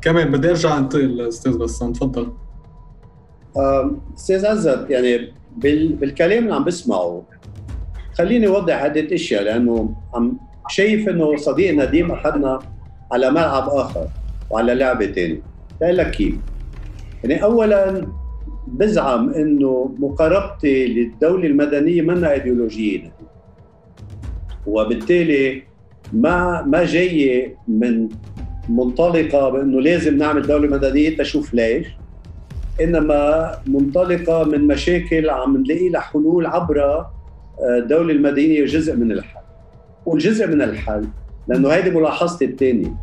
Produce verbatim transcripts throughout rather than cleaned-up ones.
كمان بدي ارجع انتقل استاذ بسام، تفضل. استاذ عزت، يعني بالكلام اللي عم بسمعه خليني اوضح عده اشياء، لانه عم شايف انه صديق نديم اخذنا على ملعب اخر وعلى لعبه ثانيه. بقول لك كيف. يعني اولا بزعم انه مقاربتي للدوله المدنيه منها ايديولوجيه، وبالتالي ما ما جايه من منطلقه بانه لازم نعمل دوله مدنيه تشوف ليش، انما منطلقه من مشاكل عم نلاقي لها حلول عبر الدوله المدنيه جزء من الحل. والجزء من الحل لانه هيدي ملاحظتي الثانيه،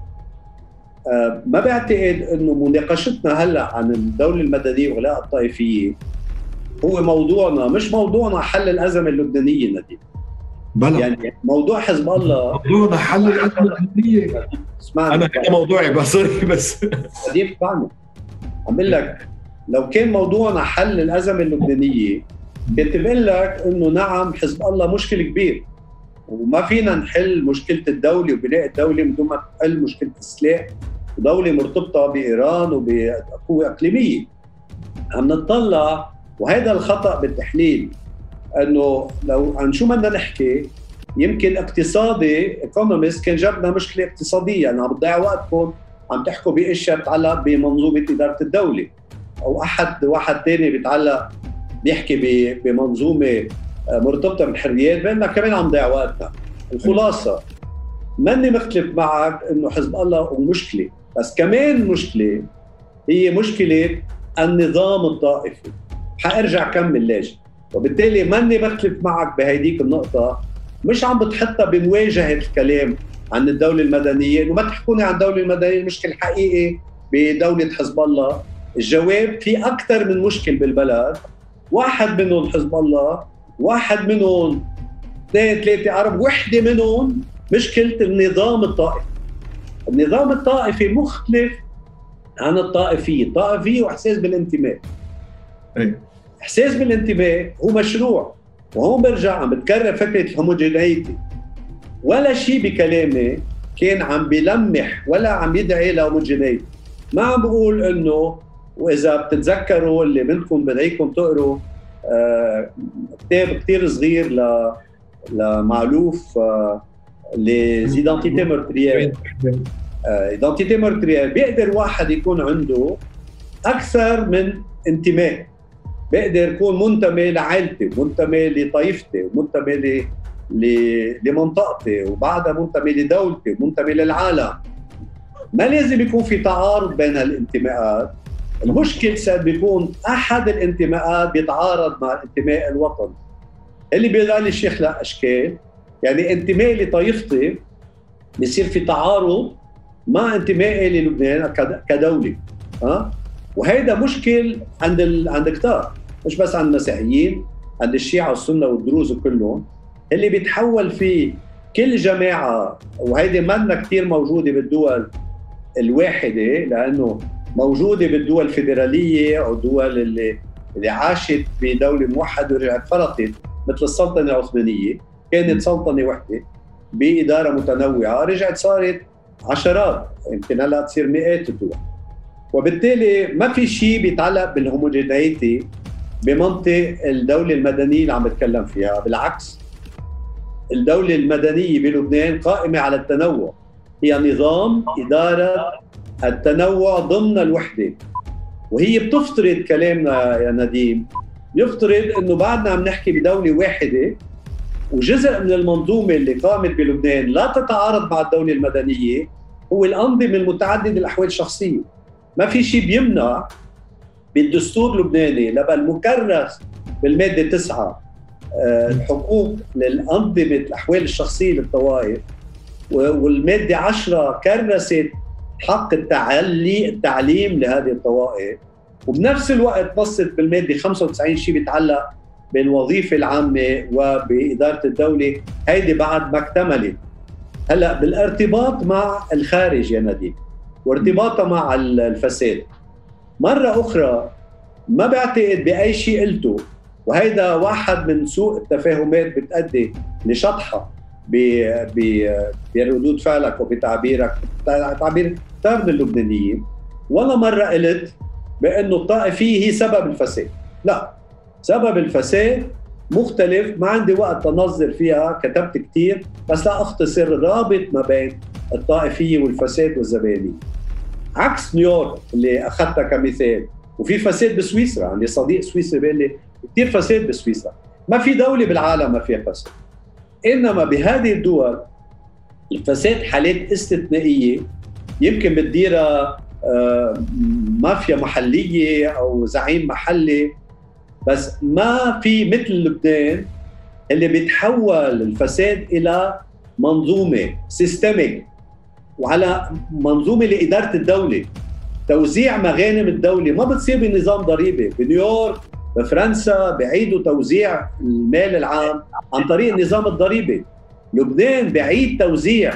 ما بعتقد انه مناقشتنا هلا عن الدوله المدنيه وغلاء الطائفيه هو موضوعنا، مش موضوعنا حل الازمه اللبنانيه نديم. بلا يعني موضوع حزب الله موضوعنا حل الازمه اللبنانيه. اسمعني، انا كده موضوعي بس سوري بس نديم اسمعني، عم بقول لك لو كان موضوعنا حل الازمه اللبنانيه كنت بقول لك انه نعم حزب الله مشكل كبير، وما فينا نحل مشكله الدوله وبناء الدوله بدون ما نحل مشكله السلاح ودوله مرتبطه بايران وبقوه اقليميه. عم نتطلع، وهذا الخطا بالتحليل، انه لو عن شو بدنا نحكي يمكن اقتصادي ايكونومست كان جابنا مشكله اقتصاديه، يعني عم بتضيع وقتكم عم تحكوا باشياء بتتعلق بمنظومه اداره الدوله، او احد واحد ثاني بيتعلق بيحكي بمنظومه مرتبطه بالحريات، بيننا كمان عم نضيع وقتنا. الخلاصه ماني مختلف معك انه حزب الله مشكله، بس كمان مشكله هي مشكله النظام الطائفي. حارجع كمل ليش. وبالتالي ماني مختلف معك بهيديك النقطه، مش عم بتحطها بمواجهه الكلام عن الدوله المدنيه، انه ما تحكوني عن الدوله المدنيه المشكل حقيقي بدوله حزب الله. الجواب في اكثر من مشكل بالبلد، واحد منهم حزب الله، واحد منهم اثنين ثلاثه عرب، وحده منهم مشكله النظام الطائفي. النظام الطائفي مختلف عن الطائفيه، الطائفيه واحساس بالانتماء. اي احساس بالانتماء هو مشروع، وهون برجع عم بتكرر فكره الهوموجينيتي. ولا شيء بكلامي كان عم بيلمح ولا عم يدعي لهوموجينيتي. ما عم بقول انه، واذا بتتذكروا اللي منكم بدعيكم تقروا آه كتاب كتير صغير ل لمعلوف آه les identités meurtrières. identité meurtrière بيقدر واحد يكون عنده اكثر من انتماء، بيقدر يكون منتمي لعائلتي، منتمي لطائفتي، منتمي ل... ل... لمنطقتي، وبعدها منتمي لدولتي، منتمي للعالم. ما لازم يكون في تعارض بين الانتماءات. المشكل صار بيكون احد الانتماءات بيتعارض مع الانتماء الوطني اللي بيضل يخلق اشكال. يعني انتمائي لطائفتي بيصير في تعارض مع انتمائي للبنان كدوله، ها؟ وهيدا مشكل عند ال... عند كتار، مش بس عند المسيحيين، عند الشيعة والسنة والدروز وكلهم، اللي بيتحول فيه كل جماعة. وهيدي منا كتير موجودة بالدول الواحدة، لأنه موجودة بالدول الفيدرالية أو الدول اللي, اللي عاشت بدولة موحدة ورجعت فرطت، مثل السلطنة العثمانية كانت سلطنة وحدة بإدارة متنوعة، رجعت صارت عشرات، يمكن هلا تصير مئات الدول. وبالتالي ما في شيء بيتعلق بالهوموجينيتي بمنطق الدولة المدنية اللي عم بتكلم فيها. بالعكس، الدولة المدنية بلبنان قائمة على التنوع، هي نظام إدارة التنوع ضمن الوحدة. وهي بتفترض، كلامنا يا نديم يفترض انه بعدنا عم نحكي بدولة واحدة، وجزء من المنظومة اللي قامت بلبنان لا تتعارض مع الدولة المدنية هو الأنظمة المتعددة الأحوال الشخصية. ما في شيء بيمنع بالدستور اللبناني لبقى المكرس بالمادة تسعة الحقوق للأنظمة الأحوال الشخصية للطوائف، والمادة عشرة كرست حق التعلي التعليم لهذه الطوائف، وبنفس الوقت نصت بالمادة خمسة وتسعين شيء بيتعلق بالوظيفة العامة وبإدارة الدولة. هيدي بعد ما اكتملت. هلأ بالارتباط مع الخارج يا نديم وارتباطها مع الفساد، مرة أخرى ما بعتقد بأي شيء قلته، وهيدا واحد من سوء التفاهمات بتأدي لشطحة بردود فعلك وبتعبيرك، تعبير كتار من اللبنانيين، ولا مرة قلت بأنه الطائفية هي سبب الفساد. لا، سبب الفساد مختلف، ما عندي وقت تنظر فيها، كتبت كتير، بس لا أختصر الرابط ما بين الطائفية والفساد والزبائنية. عكس نيويورك اللي أخذتها كمثال، وفي فساد بسويسرا، عندي صديق سويسري بيقول لي كتير فساد بسويسرا. ما في دولة بالعالم ما فيها فساد، إنما بهذه الدول الفساد حالات استثنائية، يمكن بتديرها مافيا محلية أو زعيم محلي، بس ما في مثل لبنان اللي بيتحول الفساد إلى منظومة سيستميك وعلى منظومة لإدارة الدولة. توزيع مغانم الدولة ما بتصير بنظام ضريبي. بنيويورك بفرنسا بعيدوا توزيع المال العام عن طريق النظام الضريبي. لبنان بعيد توزيع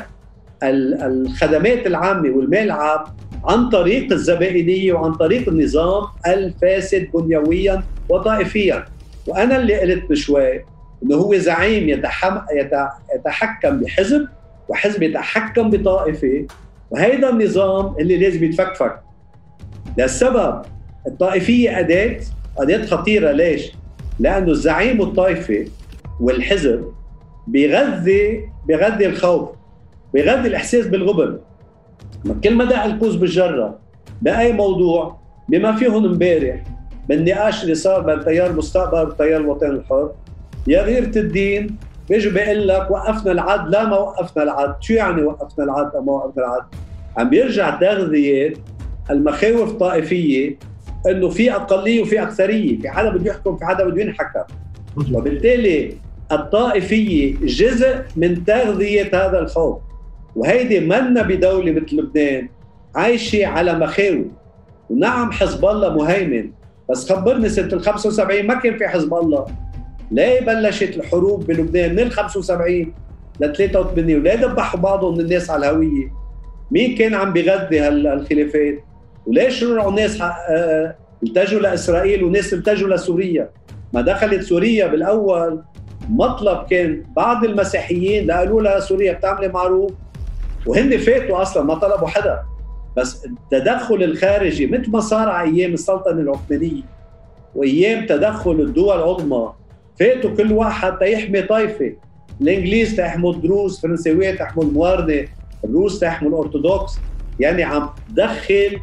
الخدمات العامة والمال العام عن طريق الزبائنية وعن طريق النظام الفاسد بنيويا وطائفيا. وأنا اللي قلت بشوي إنه هو زعيم يتحم... يتحكم بحزب، وحزب يتحكم بطائفة، وهيدا النظام اللي لازم يتفكفك. للسبب الطائفية أداة أداة خطيرة. ليش؟ لأنه الزعيم والطائفة والحزب بيغذي بيغذي الخوف، بيغذي الإحساس بالغبن. كل ما دع القوس بالجرة بأي موضوع، بما فيهم امبارح بالنقاش اللي صار بين تيار المستقبل وتيار الوطن الحر، يا غيرة الدين بيجوا بيقول لك وقفنا العد. لا، ما وقفنا العد. شو يعني وقفنا العد؟ ما وقفنا العد. عم بيرجع تغذية المخاوف الطائفية انه في اقلية وفي اكثرية، في حدا بده يحكم، في حدا بده ينحكم. وبالتالي الطائفية جزء من تغذية هذا الخوف. وهيدي منا بدولة مثل لبنان عايشة على مخاوف. ونعم حزب الله مهيمن، بس خبرني سنة الخمسة وسبعين ما كان في حزب الله. ليه بلشت الحروب بلبنان من الخمسة وسبعين لثلاثة وثمانين؟ وليه دبحوا بعضهم الناس على الهوية؟ مين كان عم بيغذي هالخلافات؟ وليش رجعوا ناس التجوا لإسرائيل وناس التجوا لسوريا؟ ما دخلت سوريا بالأول مطلب كان بعض المسيحيين قالوا لها سوريا بتعمل معروف، وهن فاتوا أصلا ما طلبوا حدا. بس التدخل الخارجي مثل ما صار على أيام السلطنة العثمانية وأيام تدخل الدول العظمى، فاتوا كل واحد تيحمي طائفة. الإنجليز تحموا الدروز، الفرنسيوية تحموا الموارنة، الروس تحموا الأرثوذكس. يعني عم تدخل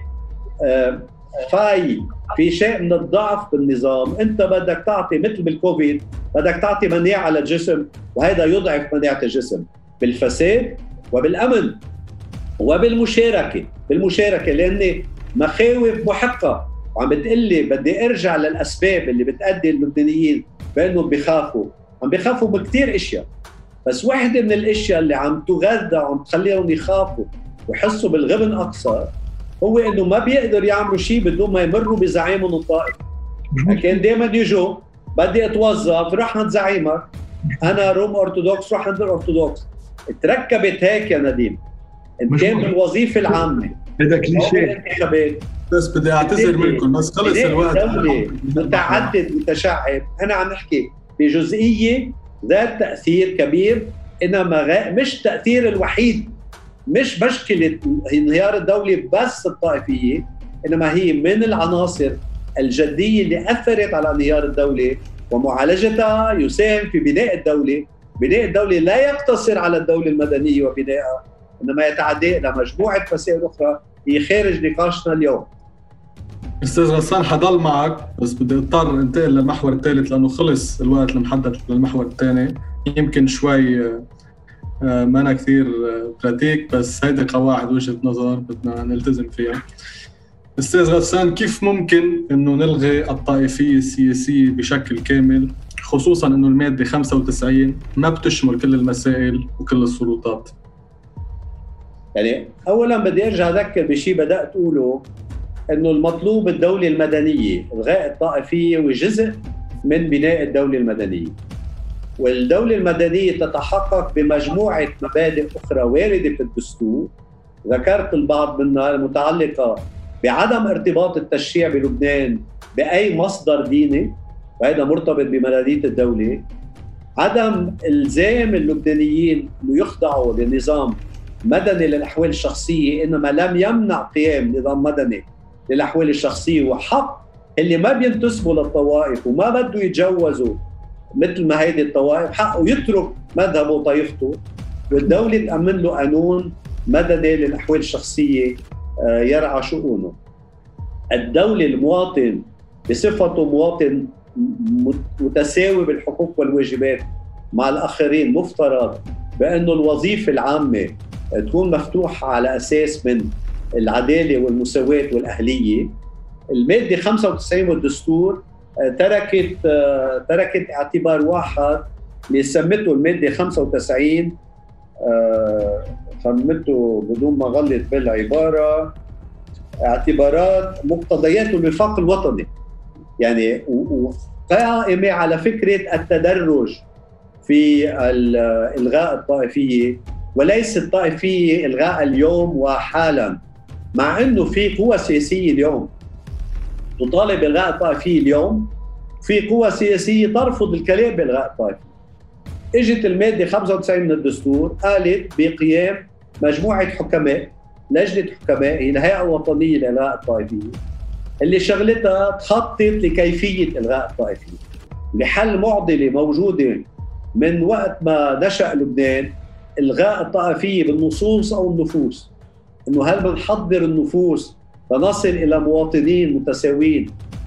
فاي في شيء من الضعف بالنظام. أنت بدك تعطي مثل بالكوفيد، بدك تعطي مناعة للجسم، وهذا يضعف مناعة الجسم بالفساد وبالأمن وبالمشاركة. بالمشاركة لأن مخاوف محقة، وعم بتقلي بدي أرجع للأسباب اللي بتأدي اللبنانيين بأنهم بيخافوا. عم بيخافوا بكتير إشياء، بس واحدة من الأشياء اللي عم تغذى وعم تخليهم يخافوا ويحسوا بالغبن أكثر هو إنه ما بيقدر يعملوا شيء بدون ما يمروا بزعيمهم الطائف. كان دائما يجوا بدي أتوظف، روح عند زعيمك، أنا روم أرثوذكس، روح عند الأرثوذكس. تركبت هيك يا نديم. إن كان بالوظيفة العامة هذا كليشيه. بس بدي أعتذر منكم، بس خلص الوقت. دولة متعدد متشعب، أنا عم نحكي بجزئية ذات تأثير كبير، إنما غا... مش تأثير الوحيد، مش مشكلة انهيار الدولة بس الطائفية، إنما هي من العناصر الجدية اللي أثرت على انهيار الدولة، ومعالجتها يساهم في بناء الدولة. بناء الدولة لا يقتصر على الدولة المدنية وبنائها، إنما يتعدى إلى مجموعة مسائل أخرى هي خارج نقاشنا اليوم. أستاذ غسان حضل معك، بس بدي اضطر انتقل للمحور الثالث لأنه خلص الوقت المحدد للمحور الثاني. يمكن شوي ما أنا كثير براتيك، بس هيدي قواعد وجهة نظر بدنا نلتزم فيها. أستاذ غسان، كيف ممكن إنه نلغي الطائفية السياسية بشكل كامل، خصوصاً إنه المادة خمسة وتسعين ما بتشمل كل المسائل وكل السلطات؟ يعني أولاً بدي أرجع أذكر بشيء بدأت أقوله، إنه المطلوب الدولة المدنية، إلغاء الطائفية وجزء من بناء الدولة المدنية. والدولة المدنية تتحقق بمجموعة مبادئ أخرى واردة في الدستور، ذكرت البعض منها المتعلقة بعدم ارتباط التشريع بلبنان بأي مصدر ديني، وهذا مرتبط بملالية الدولة، عدم إلزام اللبنانيين أنه يخضعوا لنظام مدني للأحوال الشخصية، إنما لم يمنع قيام نظام مدني للأحوال الشخصية، وحق اللي ما بينتسبوا للطوائف وما بده يتجوزوا مثل ما هيدي الطوائف حقه يترك مذهبه وطائفته، والدولة تأمن له قانون مدني للأحوال الشخصية يرعى شؤونه. الدولة المواطن بصفته مواطن متساوي بالحقوق والواجبات مع الآخرين، مفترض بأنه الوظيفة العامة تكون مفتوحة على أساس من العدالة والمساواة والأهلية. المادة خمسة وتسعين والدستور تركت تركت اعتبار واحد اللي سمته المادة خمسة وتسعين، سمته بدون ما غلط بالعبارة اعتبارات مقتضيات الوفاق الوطني، يعني وقائمة على فكرة التدرج في الإلغاء الطائفية، وليس الطائفية إلغاء اليوم وحالا، مع أنه في قوى سياسية اليوم تطالب بإلغاء الطائفية اليوم، في قوى سياسية ترفض الكلام بإلغاء الطائفية. اجت المادة خمسة وتسعين من الدستور قالت بقيام مجموعة حكماء، لجنة حكماء هي الهيئة الوطنية لإلغاء الطائفية، اللي شغلتها تخطط لكيفية إلغاء الطائفية لحل معضلة موجودة من وقت ما نشأ لبنان، إلغاء الطائفية بالنصوص أو النفوس. إنه هل بنحضر النفوس لنصل إلى مواطنين متساوين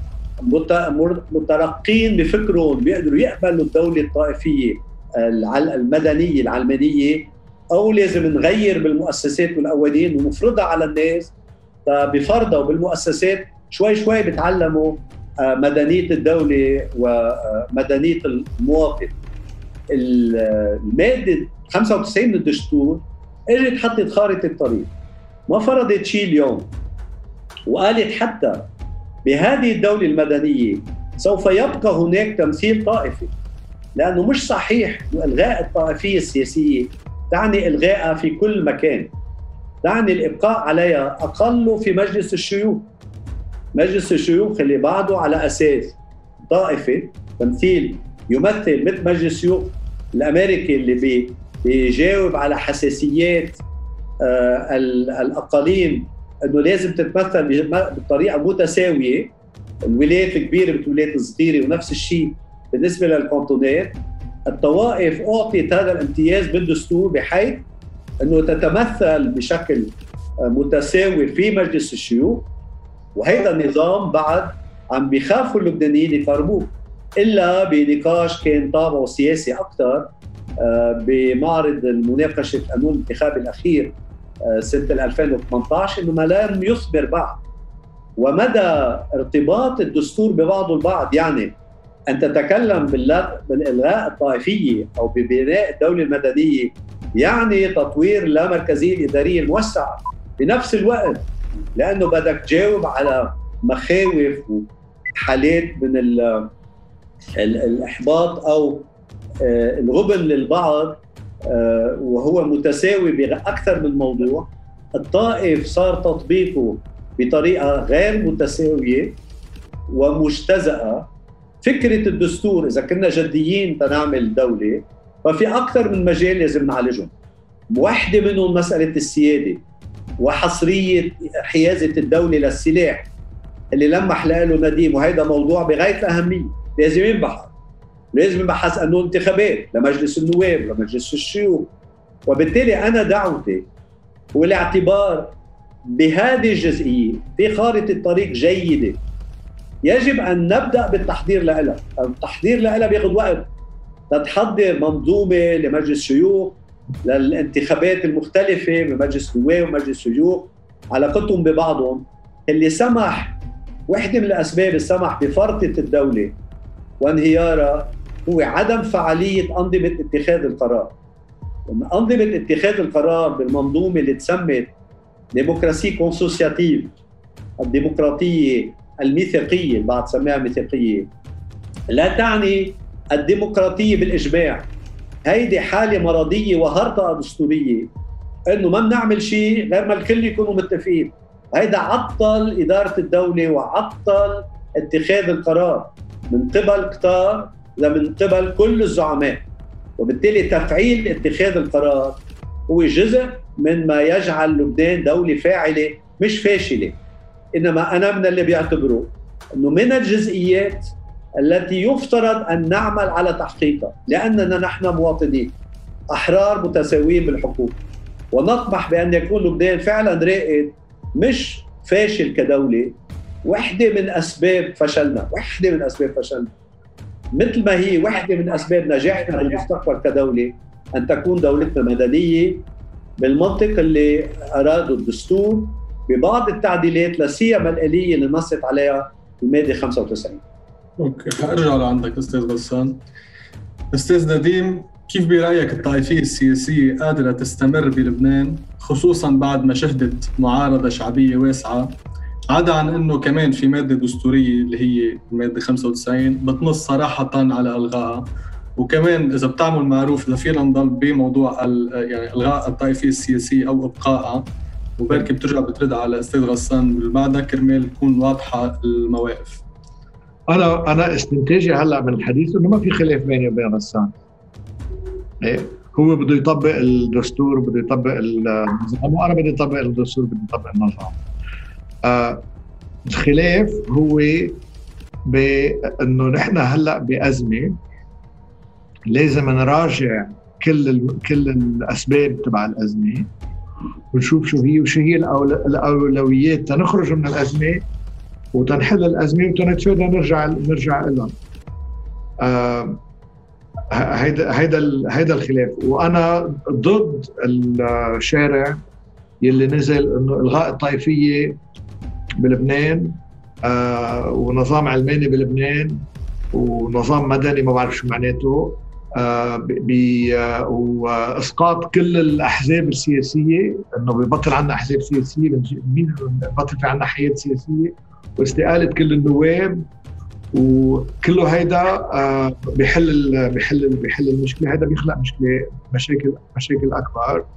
مترقين بفكرهم بيقدروا يقبلوا الدولة الطائفية المدنية العلمانية، أو لازم نغير بالمؤسسات والقوانين ونفرضها على الناس بفرضها، وبالمؤسسات شوي شوي بتعلموا مدنية الدولة ومدنية المواطن. المادة خمسة وتسعين من الدستور اجت حطت خارطة الطريق، ما فرضت شيء اليوم، وقالت حتى بهذه الدولة المدنية سوف يبقى هناك تمثيل طائفي، لأنه مش صحيح إلغاء الطائفية السياسية تعني إلغائها في كل مكان، تعني الإبقاء عليها أقل في مجلس الشيوخ. مجلس الشيوخ اللي بعده على أساس طائفة تمثيل يمثل مثل مجلس الشيوخ الأمريكي اللي بي بيجاوب على حساسيات آه الأقاليم، أنه لازم تتمثل بطريقة متساوية، الولايات الكبيرة بالولايات الصغيرة، ونفس الشيء بالنسبة للكانتونات. الطوائف أعطيت هذا الامتياز بالدستور بحيث أنه تتمثل بشكل متساوي في مجلس الشيوخ، وهذا النظام بعد عم بيخافوا اللبنانيين يقربوه، إلا بنقاش كان طابعه سياسي أكثر بمعرض المناقشة قانون الانتخاب الأخير سنة ألفين وثمانية عشر، إنه ما لم يثمر بعد. ومدى ارتباط الدستور ببعضه البعض، يعني أن تتكلم بالإلغاء الطائفية أو ببناء الدولة المدنية يعني تطوير اللامركزية الإدارية الموسعة بنفس الوقت، لأنه بدك تجاوب على مخاوف وحالات من الإحباط أو الغبن للبعض، وهو متساوي بأكثر من موضوع. الطائف صار تطبيقه بطريقة غير متساوية ومجتزأة. فكرة الدستور إذا كنا جديين تنعمل دولة، ففي أكثر من مجال لازم نعالجهم. واحدة منهم مسألة السيادة وحصرية حيازة الدولة للسلاح اللي لمح له نديم، وهذا موضوع بغاية الأهمية لازم ينبحث. لازم ينبحث قانون انتخابات لمجلس النواب لمجلس الشيوخ. وبالتالي أنا دعوتي والاعتبار بهذه الجزئية في خارطة الطريق جيدة، يجب أن نبدأ بالتحضير لها. التحضير لها بياخد وقت، تتحضر منظومة لمجلس الشيوخ للانتخابات المختلفة بمجلس النواب ومجلس الشيوخ، علاقتهم ببعضهم اللي سمح، واحدة من الأسباب السمح بفرطة الدولة وانهيارها هو عدم فعالية أنظمة اتخاذ القرار. أنظمة اتخاذ القرار بالمنظومة اللي تسمت ديمقراطية كونسوسياتيف، الديمقراطية الميثاقية، البعض سميها ميثاقية، لا تعني الديمقراطية بالإجماع. هيدي حالة مرضية وهرطقة دستورية، إنه ما بنعمل شيء غير ما الكل يكونوا متفقين. هيدا عطل إدارة الدولة وعطل اتخاذ القرار من قبل كتار ومن قبل كل الزعماء. وبالتالي تفعيل اتخاذ القرار هو جزء من ما يجعل لبنان دولة فاعلة مش فاشلة. إنما أنا من اللي بيعتبروا أنه من الجزئيات التي يفترض أن نعمل على تحقيقها، لأننا نحن مواطنين أحرار متساويين بالحقوق، ونطمح بأن يكون لبنان فعلا رائد مش فاشل كدولة. وحدة من أسباب فشلنا وحدة من أسباب فشلنا مثل ما هي وحدة من أسباب نجاحنا بالمستقبل كدولة أن تكون دولتنا مدنية بالمنطق اللي أراده الدستور ببعض التعديلات، لا سيما الآلية اللي نصت عليها المادة خمسة وتسعين. اوكي، حارجع لعندك استاذ غسان. استاذ نديم، كيف برأيك الطائفية السياسية قادرة تستمر بلبنان خصوصا بعد ما شهدت معارضة شعبية واسعة، عدا عن انه كمان في مادة دستورية اللي هي المادة خمسة وتسعين بتنص صراحة على الغائها، وكمان اذا بتعمل معروف اذا فينا نضل بموضوع يعني الغاء الطائفية السياسية او ابقائها، وبركي بترجع بترد على استاذ غسان بالبعد كرمال تكون واضحة المواقف. انا انا استنتاجي هلا من الحديث انه ما في خلاف بيني وبين غسان. ايه هو بده يطبق الدستور، بده يطبق النظام، وانا بدي اطبق الدستور، بدي اطبق النظام. آه الخلاف هو بانه نحن هلا بازمه لازم نراجع كل ال... كل الاسباب تبع الازمه ونشوف شو هي وشو هي الاولويات تنخرج من الازمه وتنحل الازمه وتنتفادى نرجع نرجع لها. آه هيدا هيدا هيدا الخلاف، وانا ضد الشارع يلي نزل انه الغاء الطائفيه بلبنان آه ونظام علماني بلبنان ونظام مدني ما بعرف شو معناته، آه آه واسقاط كل الاحزاب السياسيه، انه ببطل عنا احزاب سياسيه، مين ببطل في عنا حياه سياسيه، واستقاله كل النواب، وكله هيدا آه بيحل بيحل بيحل المشكله. هيدا بيخلق مشكله مشاكل مشاكل اكبر،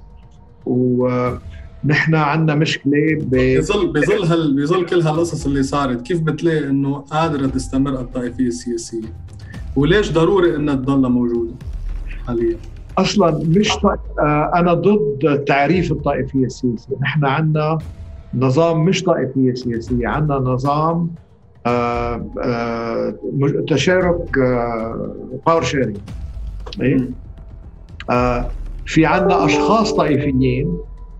ونحن عندنا مشكله بظل بظل هال بظل كل هالقصص اللي صارت. كيف بتلاقي انه قادره تستمر الطائفيه السياسيه، وليش ضروري انها تضل موجوده حاليا؟ اصلا مش ط... آه انا ضد تعريف الطائفيه السياسيه. نحن عندنا نظام مش طائفيه سياسيه، عندنا نظام آه آه تشارك آه باور شيرينج. إيه؟ آه في عندنا اشخاص طائفيين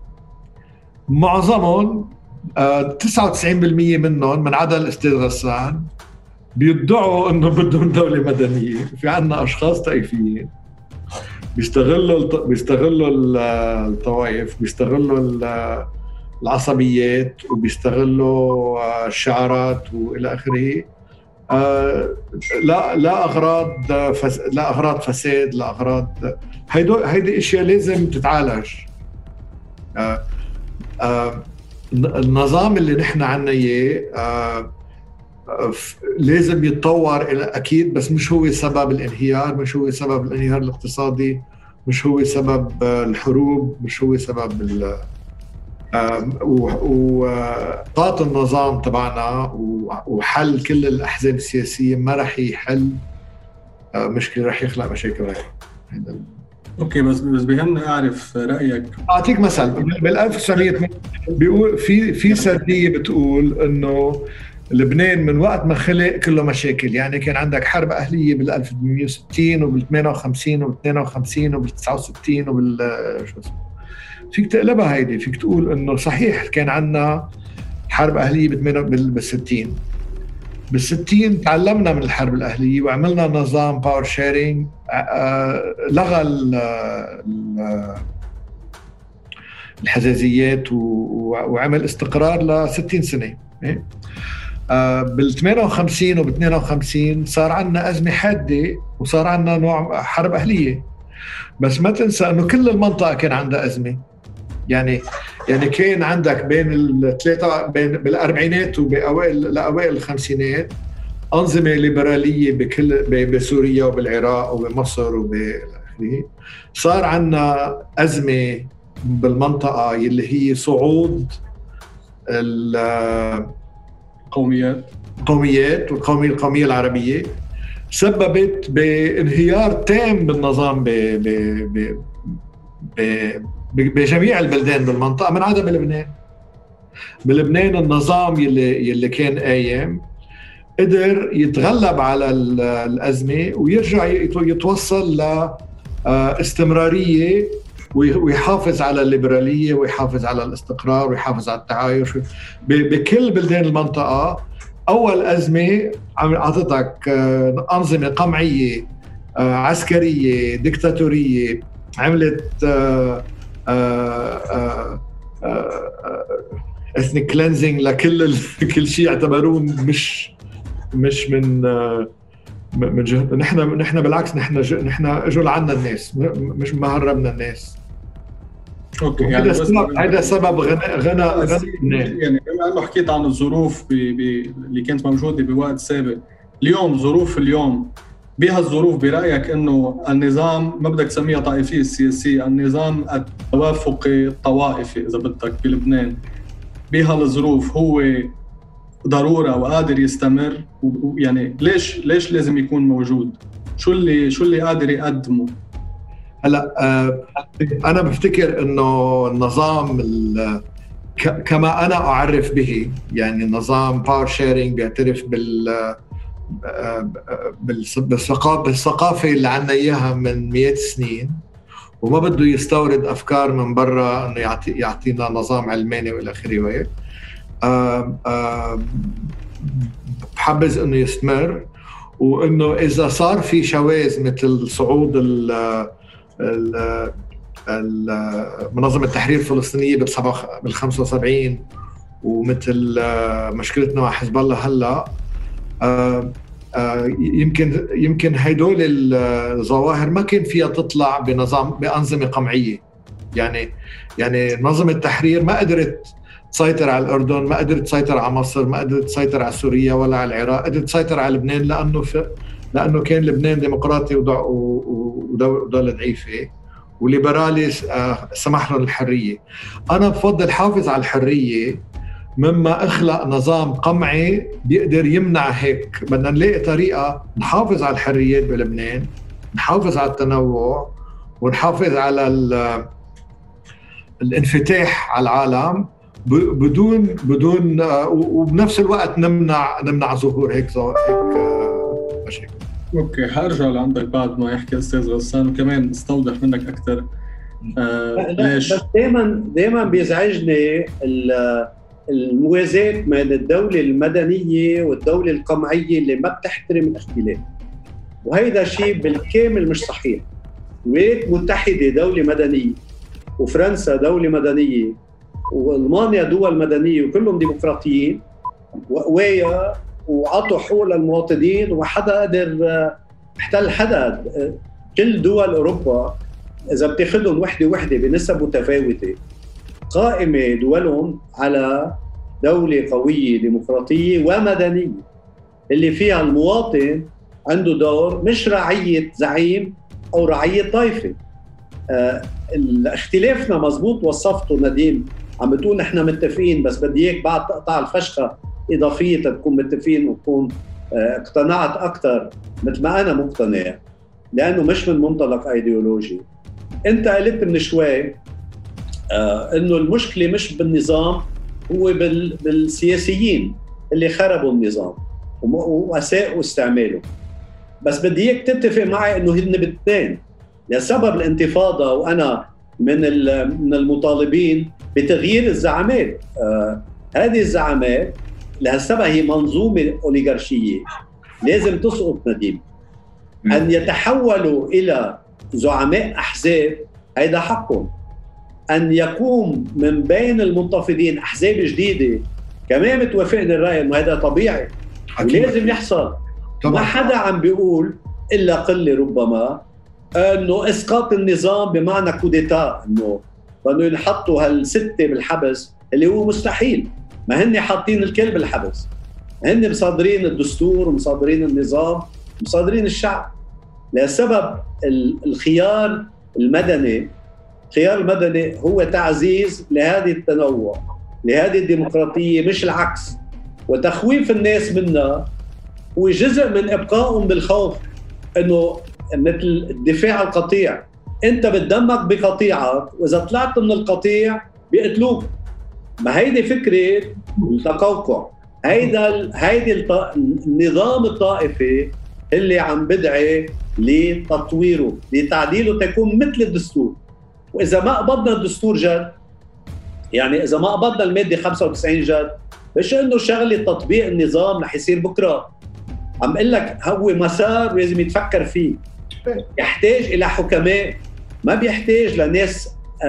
معظمهم آه تسعة وتسعين بالمئة منهم من عدا الاستاذ غسان بيدعوا انه بدهم دوله مدنيه. في عندنا اشخاص طائفيين بيستغلوا بيستغلوا الطوائف، بيستغلوا العصبيات، وبيستغلوا الشعارات والى اخره آه لا لا اغراض فس... لا اغراض فساد، لا اغراض هيدو هيدي اشياء لازم تتعالج. آه آه النظام اللي نحن عنا اياه آه لازم يتطور الى اكيد، بس مش هو سبب الانهيار، مش هو سبب الانهيار الاقتصادي، مش هو سبب الحروب، مش هو سبب ال وقاط النظام تبعنا وحل كل الأحزاب السياسية ما رح يحل مشكلة، رح يخلق مشاكل غير. اوكي، بس بس بيهمني اعرف رايك. اعطيك مثل بال ألف وتسعمئة بيقول في في سرديه بتقول انه لبنان من وقت ما خلق كله مشاكل، يعني كان عندك حرب اهليه بال ألف وثمانمئة وستين وبال ثمانية وخمسين وبال اثنين وخمسين وبال تسعة وستين وبال شو اسمه. فيك تقلبها هيدي، فيك تقول انه صحيح كان عندنا حرب اهليه بالستين، بالستين تعلمنا من الحرب الاهليه وعملنا نظام باور شيرينج لغى الحزازيات وعمل استقرار ل ستين سنه. بال ثمانية وخمسين وبال اثنين وخمسين صار عندنا ازمه حاده وصار عندنا نوع حرب اهليه، بس ما تنسى انه كل المنطقه كان عندها ازمه. يعني يعني كان عندك بين الثلاثه بين بالاربعينات وباوائل لاوائل الخمسينات انظمه ليبراليه بكل بسوريا وبالعراق وبمصر وبالاخره. صار عندنا ازمه بالمنطقه اللي هي صعود القوميات القوميات والقوميه القوميه العربيه، سببت بانهيار تام بالنظام ب ب ب ب بجميع البلدان بالمنطقة من عدا بلبنان. بلبنان النظام يلي يلي كان قايم قدر يتغلب على الأزمة ويرجع يتوصل لاستمرارية ويحافظ على الليبرالية ويحافظ على الاستقرار ويحافظ على التعايش بكل بلدان المنطقة. أول أزمة عطتك أنظمة قمعية عسكرية ديكتاتورية عملت ethnic cleansing لكل كل شيء اعتبروه مش مش من من جهة. نحن نحن بالعكس نحن نحن اجوا لعنا الناس مش ما هربنا الناس. اوكي يعني سبب هذا سبب غنى غنى غنى يعني بما انه حكيت عن الظروف بي بي اللي كانت موجوده بوقت سابق، اليوم ظروف اليوم بهالظروف برايك انه النظام ما بدك تسميها طائفيه السياسيه، النظام التوافقي الطوائفي اذا بدك بلبنان بهالظروف هو ضروره وقادر يستمر؟ يعني ليش ليش لازم يكون موجود؟ شو اللي شو اللي قادر يقدمه؟ هلا آه انا بفتكر انه النظام كما انا اعرف به، يعني النظام باور شيرينج بيعترف بال بالثقافه بالثقافه اللي عنا اياها من مئات السنين، وما بده يستورد افكار من برا انه يعطي يعطينا نظام علماني والى اخره وهيك. بحبذ انه يستمر، وانه اذا صار في شواذ مثل صعود ال منظمة التحرير الفلسطينية بال خمسة وسبعين ومثل مشكلتنا مع حزب الله هلا، يمكن يمكن هدول الظواهر ما كان فيها تطلع بنظام بأنظمة قمعية. يعني يعني منظمة التحرير ما قدرت تسيطر على الأردن، ما قدرت تسيطر على مصر، ما قدرت تسيطر على سوريا ولا على العراق، قدرت تسيطر على لبنان لأنه لأنه كان لبنان ديمقراطي ودولة ضعيفة وليبرالي سمح لهم الحرية. أنا بفضل حافظ على الحرية مما أخلق نظام قمعي بيقدر يمنع هيك. بدنا نلاقي طريقة نحافظ على الحريات بلبنان، نحافظ على التنوع، ونحافظ على الانفتاح على العالم بدون بدون وبنفس الوقت نمنع نمنع ظهور هيك هيك مشاكل. اوكي، حارجع لعندك بعد ما يحكي استاذ غسان وكمان استوضح منك اكثر. آه ليش بس دائما دائما بيزعجني الموازاه بين الدوله المدنيه والدوله القمعيه اللي ما بتحترم الاختلاف، وهيدا شيء بالكامل مش صحيح. الولايات المتحده دوله مدنيه، وفرنسا دوله مدنيه، والمانيا دول مدنيه، وكلهم ديمقراطيين وقوايا وعطوا حقوق للمواطنين، وحدا قدر احتل حدا. كل دول اوروبا اذا بتاخذهم وحده وحده بنسب متفاوته قائمه دولهم على دوله قويه ديمقراطيه ومدنيه اللي فيها المواطن عنده دور، مش رعيه زعيم او رعيه طائفه. آه اختلافنا مزبوط وصفته نديم، عم بتقول نحن متفقين، بس بدي اياك بعد تقطع الفشخه اضافيه تكون متفقين وتكون آه اقتنعت اكثر مثل ما انا مقتنع، لانه مش من منطلق ايديولوجي. انت قلت من شوي آه انه المشكله مش بالنظام، هو بال بالسياسيين اللي خربوا النظام واساءوا استعماله. بس بدي اياك تتفق معي انه هن بالاثنين. لسبب الانتفاضه وانا من من المطالبين بتغيير الزعامات. آه هذه الزعامات لهالسبب هي منظومه اوليغارشيه لازم تسقط نديم. ان يتحولوا الى زعماء احزاب هيدا حقهم. ان يقوم من بين المنتفضين احزاب جديده كمان متوافقني الراي انه هذا طبيعي ولازم يحصل. ما حدا عم بيقول الا قله ربما انه اسقاط النظام بمعنى كوديتا، انه انه ينحطوا هالسته بالحبس اللي هو مستحيل. ما هن حاطين الكل بالحبس، هن مصادرين الدستور ومصادرين النظام ومصادرين الشعب. لسبب الخيار المدني، الخيار المدني هو تعزيز لهذه التنوع، لهذه الديمقراطيه، مش العكس. وتخويف الناس منها هو جزء من ابقائهم بالخوف، انه مثل الدفاع القطيع، انت بتدمك بقطيعك واذا طلعت من القطيع بيقتلوك. ما هيدي فكره التقوقع. هيدا هيدي الط... النظام الطائفي اللي عم بدعي لتطويره لتعديله تكون مثل الدستور. واذا ما قبضنا الدستور جد، يعني اذا ما قبضنا الماده خمسة وتسعين جد، مش انه شغله تطبيق النظام رح يصير بكره. عم اقول لك هو مسار لازم يتفكر فيه، يحتاج الى حكماء، ما بيحتاج لناس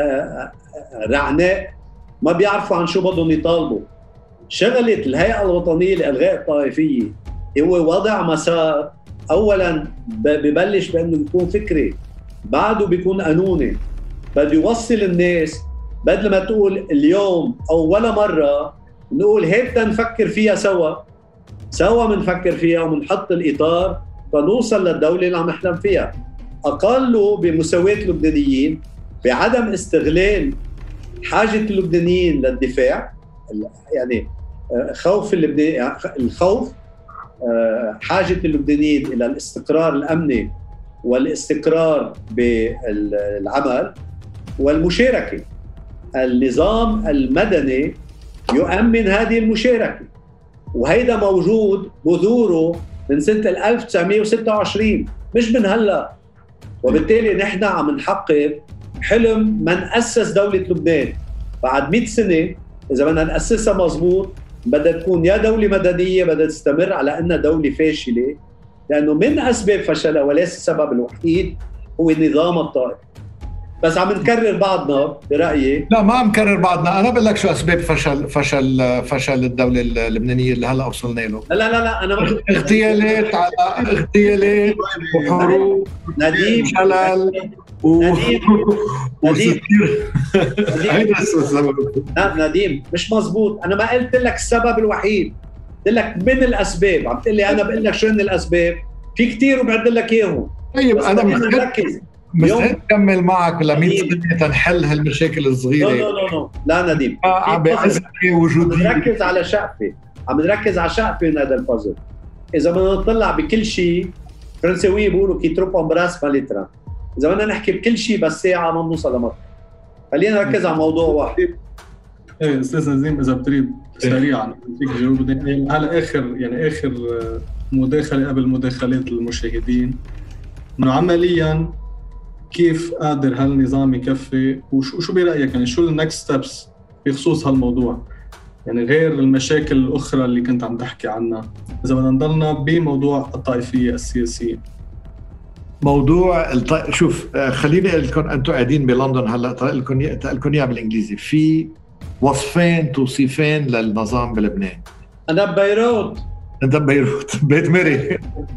رعناء ما بيعرفوا عن شو بدهم يطالبوا. شغله الهيئه الوطنيه لالغاء الطائفيه هو وضع مسار، اولا ببلش بانه يكون فكري، بعده بيكون قانوني، بده يوصل الناس. بدل ما تقول اليوم او ولا مره نقول هيك نفكر فيها سوا سوا بنفكر فيها وبنحط الاطار فنوصل للدوله اللي عم نحلم فيها. اقله بمساواه اللبنانيين، بعدم استغلال حاجه اللبنانيين للدفاع، يعني خوف اللبناني الخوف حاجه اللبنانيين الى الاستقرار الامني والاستقرار بالعمل والمشاركه. النظام المدني يؤمن هذه المشاركه، وهيدا موجود بذوره من سنه ألف وتسعمية وستة وعشرين مش من هلا. وبالتالي نحن عم نحقق حلم من أسس دولة لبنان. بعد مئة سنة إذا بدنا نأسسها مزبوط بدها تكون يا دولة مدنية بدها تستمر على أنها دولة فاشلة، لأنه من أسباب فشلها وليس السبب الوحيد هو النظام الطائفي. بس عم نكرر بعضنا برأيي. لا ما عم كرر بعضنا، أنا بقول لك شو أسباب فشل فشل فشل الدولة اللبنانية اللي هلا وصلنا له. لا لا لا أنا ما اغتيالات على اغتيالات وحروب نديم شلل و نديم نديم هيدا السبب. لا نديم مش مزبوط، أنا ما قلت لك السبب الوحيد، قلت لك من الأسباب. عم تقول لي أنا بقول لك شو هن الأسباب، في كتير وبعد لك إياهم. طيب أنا مركز مستعد أكمل معك ل مئة سنة تنحل هالمشاكل الصغيرة. لا لا لا لا نديم عم بأزمة وجودية. عم نركز على شقفة، عم نركز على شقفة من هذا البازل. إذا بدنا نطلع بكل شيء، فرنساوية بيقولوا كي تروب امبراس ماليترا، إذا بدنا نحكي بكل شيء بس ساعة ما بنوصل لمطلع. خلينا نركز على موضوع واحد. ايه استاذ نزيم اذا بتريد سريعا فيك جاوبني على اخر يعني اخر مداخله قبل مداخلات المشاهدين، انه عمليا كيف قادر هالنظام يكفي وشو شو برايك يعني شو النكست ستيبس بخصوص هالموضوع، يعني غير المشاكل الاخرى اللي كنت عم تحكي عنها، اذا بدنا نضلنا بموضوع الطائفيه السياسيه. موضوع الط... شوف خليني اقول لكم انتم قاعدين بلندن هلا، طرق لكم لكم اياها بالانجليزي. في وصفين توصيفين للنظام بلبنان. انا ببيروت. انت ببيروت بيت ميري.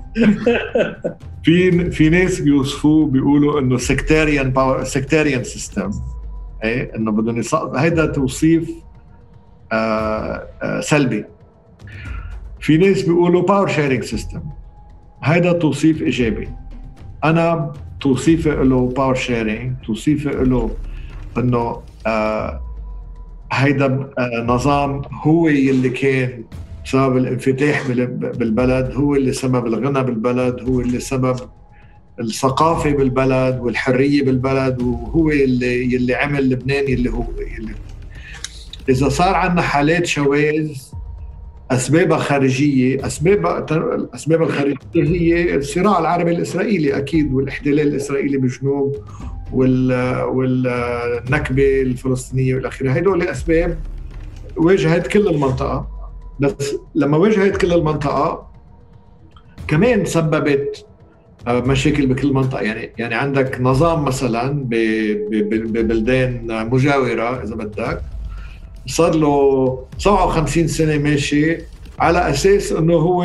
في في ناس بيوصفوه بيقولوا انه سكتاريان باور سكتاريان سيستم، ايه انه بدهم يص... هيدا توصيف آه آه سلبي. في ناس بيقولوا باور شيرينج سيستم، هيدا توصيف ايجابي. انا توصيفي له باور شيرينج، توصيفي له انه آه هيدا آه نظام هو اللي كان سبب الانفتاح بالبلد، هو اللي سبب الغنى بالبلد، هو اللي سبب الثقافة بالبلد والحرية بالبلد، وهو اللي اللي عمل لبنان اللي هو اللي. إذا صار عندنا حالات شواذ أسبابها خارجية، أسباب الأسباب الخارجية هي الصراع العربي الإسرائيلي أكيد، والاحتلال الإسرائيلي بالجنوب وال والنكبة الفلسطينية والآخرة. هدول أسباب واجهت كل المنطقة، بس لما واجهت كل المنطقة كمان سببت مشاكل بكل منطقة. يعني يعني عندك نظام مثلا ببلدان مجاورة إذا بدك صار له سبعة وخمسين سنة ماشي على أساس أنه هو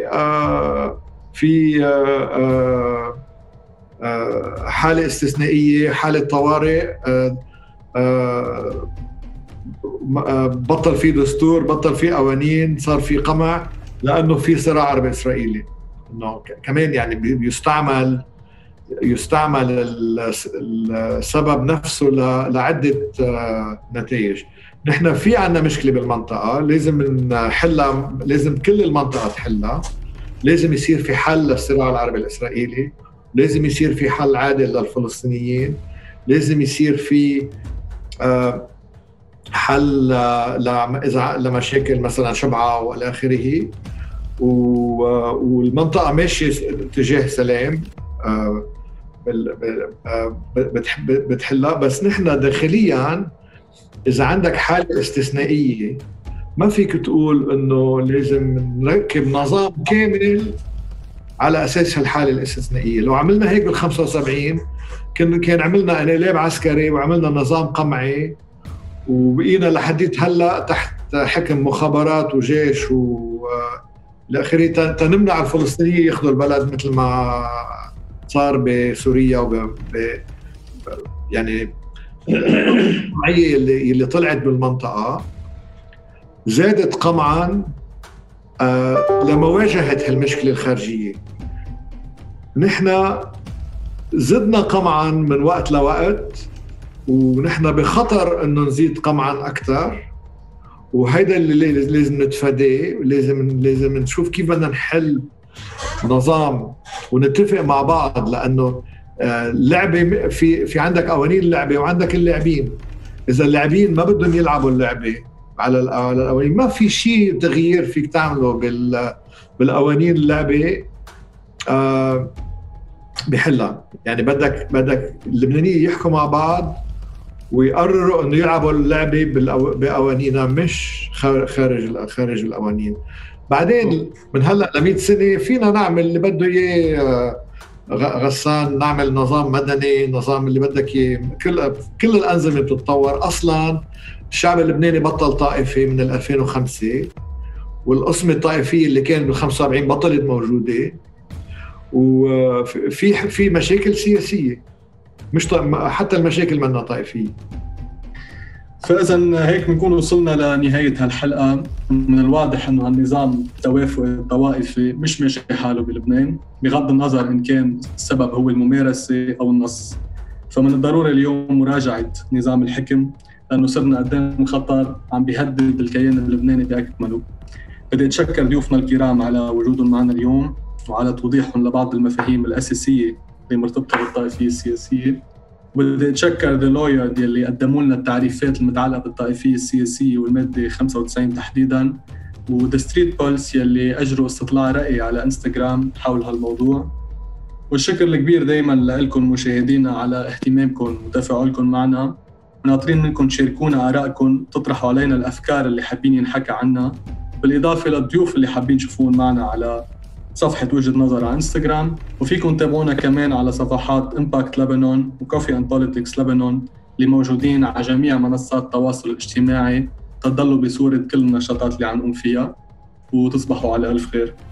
في حالة استثنائية، حالة طوارئ، بطل في دستور، بطل في قوانين، صار في قمع لأنه في صراع عربي إسرائيلي. إنه كمان يعني بيستعمل يستعمل السبب نفسه لعدة نتائج. نحن في عنا مشكلة بالمنطقة لازم نحلها، لازم كل المنطقة تحلها. لازم يصير في حل للصراع العربي الإسرائيلي، لازم يصير في حل عادل للفلسطينيين، لازم يصير في آه حل اذا لمشاكل مثلا شبعه والى اخره، والمنطقه ماشيه اتجاه سلام بتحب بتحلها. بس نحن داخليا اذا عندك حاله استثنائيه ما فيك تقول انه لازم نركب نظام كامل على اساس هالحاله الاستثنائيه. لو عملنا هيك بال خمسة وسبعين كان كان عملنا انقلاب عسكري وعملنا نظام قمعي وبقينا لحديت هلا تحت حكم مخابرات وجيش والاخرين تنمنع الفلسطينيين ياخذوا البلد مثل ما صار بسوريا وب يعني القمعيه اللي اللي طلعت بالمنطقه زادت قمعا آه لمواجهه هالمشكله الخارجيه. نحن زدنا قمعا من وقت لوقت ونحن بخطر انه نزيد قمعا اكثر، وهيدا اللي لازم نتفاداه. لازم لازم نشوف كيف بدنا نحل نظام ونتفق مع بعض، لانه اللعبه في في عندك قوانين اللعبه وعندك اللاعبين. اذا اللاعبين ما بدهم يلعبوا اللعبه على القوانين ما في شيء تغيير فيك تعمله بال بالقوانين اللعبه آه بحلها. يعني بدك بدك اللبنانيين يحكوا مع بعض ويقرروا انه يلعبوا اللعبه بقوانينها مش خارج خارج القوانين. بعدين من هلا ل مئة سنه فينا نعمل اللي بده اياه غسان، نعمل نظام مدني، نظام اللي بدك اياه. كل كل الانظمه بتتطور. اصلا الشعب اللبناني بطل طائفي من ألفين وخمسة، والقسمه الطائفيه اللي كان بال خمسة وسبعين بطلت موجوده، وفي في مشاكل سياسيه مش حتى المشاكل منها طائفيه. فإذا هيك بنكون وصلنا لنهاية هالحلقة. من الواضح إنه هالنظام التوافق الطوائفي مش ماشي حاله بلبنان، بغض النظر إن كان السبب هو الممارسة أو النص. فمن الضروري اليوم مراجعة نظام الحكم، لأنه صرنا قدام خطر عم بيهدد الكيان اللبناني بأكمله. بدي أتشكر ضيوفنا الكرام على وجودهم معنا اليوم وعلى توضيحهم لبعض المفاهيم الأساسية اللي مرتبطة بالطائفية السياسية. بدي أتشكر The Lawyer اللي قدموا لنا التعريفات المتعلقة بالطائفية السياسية والمادة خمسة وتسعين تحديداً، و The Street Pulse يلي أجروا استطلاع رأي على إنستغرام حول هالموضوع. والشكر الكبير دايماً لكم مشاهدينا على اهتمامكم وتفاعلكم معنا. ناطرين منكم تشاركونا آرائكم، تطرحوا علينا الأفكار اللي حابين ينحكى عنها، بالإضافة للضيوف اللي حابين تشوفون معنا على صفحة وجهة نظر على انستغرام. وفيكم تابعونا كمان على صفحات Impact Lebanon و Coffee and Politics Lebanon اللي موجودين على جميع منصات التواصل الاجتماعي. تضلوا بصورة كل النشاطات اللي عم نقوم فيها، وتصبحوا على ألف خير.